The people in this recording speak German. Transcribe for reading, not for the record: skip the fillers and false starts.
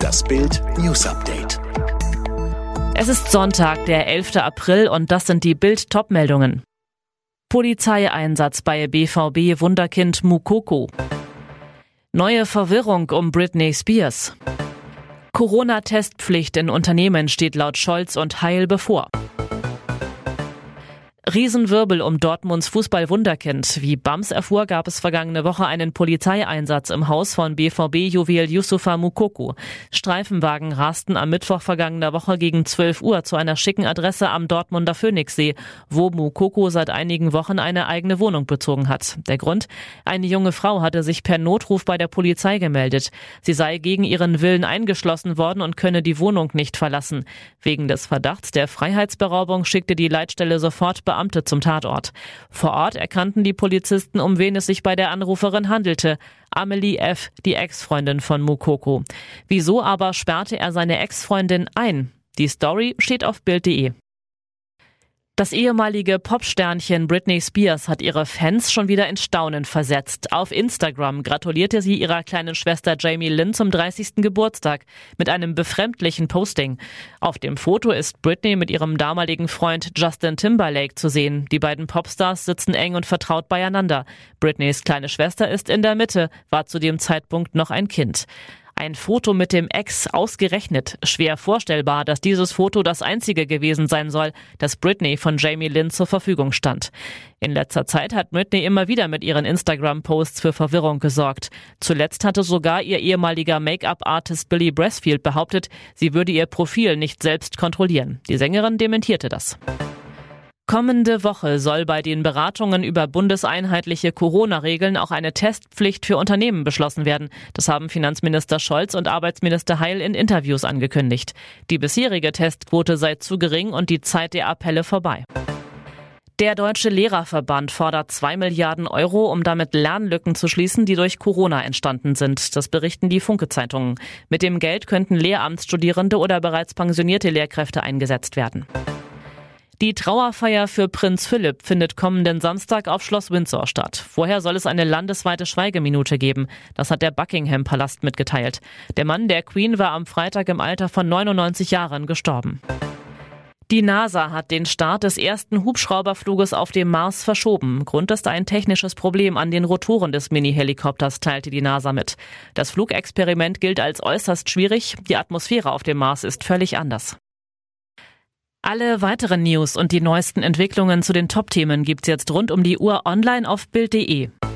Das Bild News Update. Es ist Sonntag, der 11. April und das sind die Bild-Top-Meldungen. Polizeieinsatz bei BVB-Wunderkind Moukoko. Neue Verwirrung um Britney Spears. Corona-Testpflicht in Unternehmen steht laut Scholz und Heil bevor. Riesenwirbel um Dortmunds Fußball-Wunderkind. Wie BAMS erfuhr, gab es vergangene Woche einen Polizeieinsatz im Haus von BVB-Juwel Youssoufa Moukoko. Streifenwagen rasten am Mittwoch vergangener Woche gegen 12 Uhr zu einer schicken Adresse am Dortmunder Phoenixsee, wo Moukoko seit einigen Wochen eine eigene Wohnung bezogen hat. Der Grund? Eine junge Frau hatte sich per Notruf bei der Polizei gemeldet. Sie sei gegen ihren Willen eingeschlossen worden und könne die Wohnung nicht verlassen. Wegen des Verdachts der Freiheitsberaubung schickte die Leitstelle sofort Beamte zum Tatort. Vor Ort erkannten die Polizisten, um wen es sich bei der Anruferin handelte. Amelie F., die Ex-Freundin von Moukoko. Wieso aber sperrte er seine Ex-Freundin ein? Die Story steht auf Bild.de. Das ehemalige Popsternchen Britney Spears hat ihre Fans schon wieder in Staunen versetzt. Auf Instagram gratulierte sie ihrer kleinen Schwester Jamie Lynn zum 30. Geburtstag mit einem befremdlichen Posting. Auf dem Foto ist Britney mit ihrem damaligen Freund Justin Timberlake zu sehen. Die beiden Popstars sitzen eng und vertraut beieinander. Britneys kleine Schwester ist in der Mitte, war zu dem Zeitpunkt noch ein Kind. Ein Foto mit dem Ex ausgerechnet. Schwer vorstellbar, dass dieses Foto das einzige gewesen sein soll, das Britney von Jamie Lynn zur Verfügung stand. In letzter Zeit hat Britney immer wieder mit ihren Instagram-Posts für Verwirrung gesorgt. Zuletzt hatte sogar ihr ehemaliger Make-up-Artist Billy Brassfield behauptet, sie würde ihr Profil nicht selbst kontrollieren. Die Sängerin dementierte das. Kommende Woche soll bei den Beratungen über bundeseinheitliche Corona-Regeln auch eine Testpflicht für Unternehmen beschlossen werden. Das haben Finanzminister Scholz und Arbeitsminister Heil in Interviews angekündigt. Die bisherige Testquote sei zu gering und die Zeit der Appelle vorbei. Der Deutsche Lehrerverband fordert 2 Milliarden Euro, um damit Lernlücken zu schließen, die durch Corona entstanden sind. Das berichten die Funke-Zeitungen. Mit dem Geld könnten Lehramtsstudierende oder bereits pensionierte Lehrkräfte eingesetzt werden. Die Trauerfeier für Prinz Philipp findet kommenden Samstag auf Schloss Windsor statt. Vorher soll es eine landesweite Schweigeminute geben. Das hat der Buckingham-Palast mitgeteilt. Der Mann der Queen war am Freitag im Alter von 99 Jahren gestorben. Die NASA hat den Start des ersten Hubschrauberfluges auf dem Mars verschoben. Grund ist ein technisches Problem an den Rotoren des Mini-Helikopters, teilte die NASA mit. Das Flugexperiment gilt als äußerst schwierig. Die Atmosphäre auf dem Mars ist völlig anders. Alle weiteren News und die neuesten Entwicklungen zu den Top-Themen gibt's jetzt rund um die Uhr online auf Bild.de.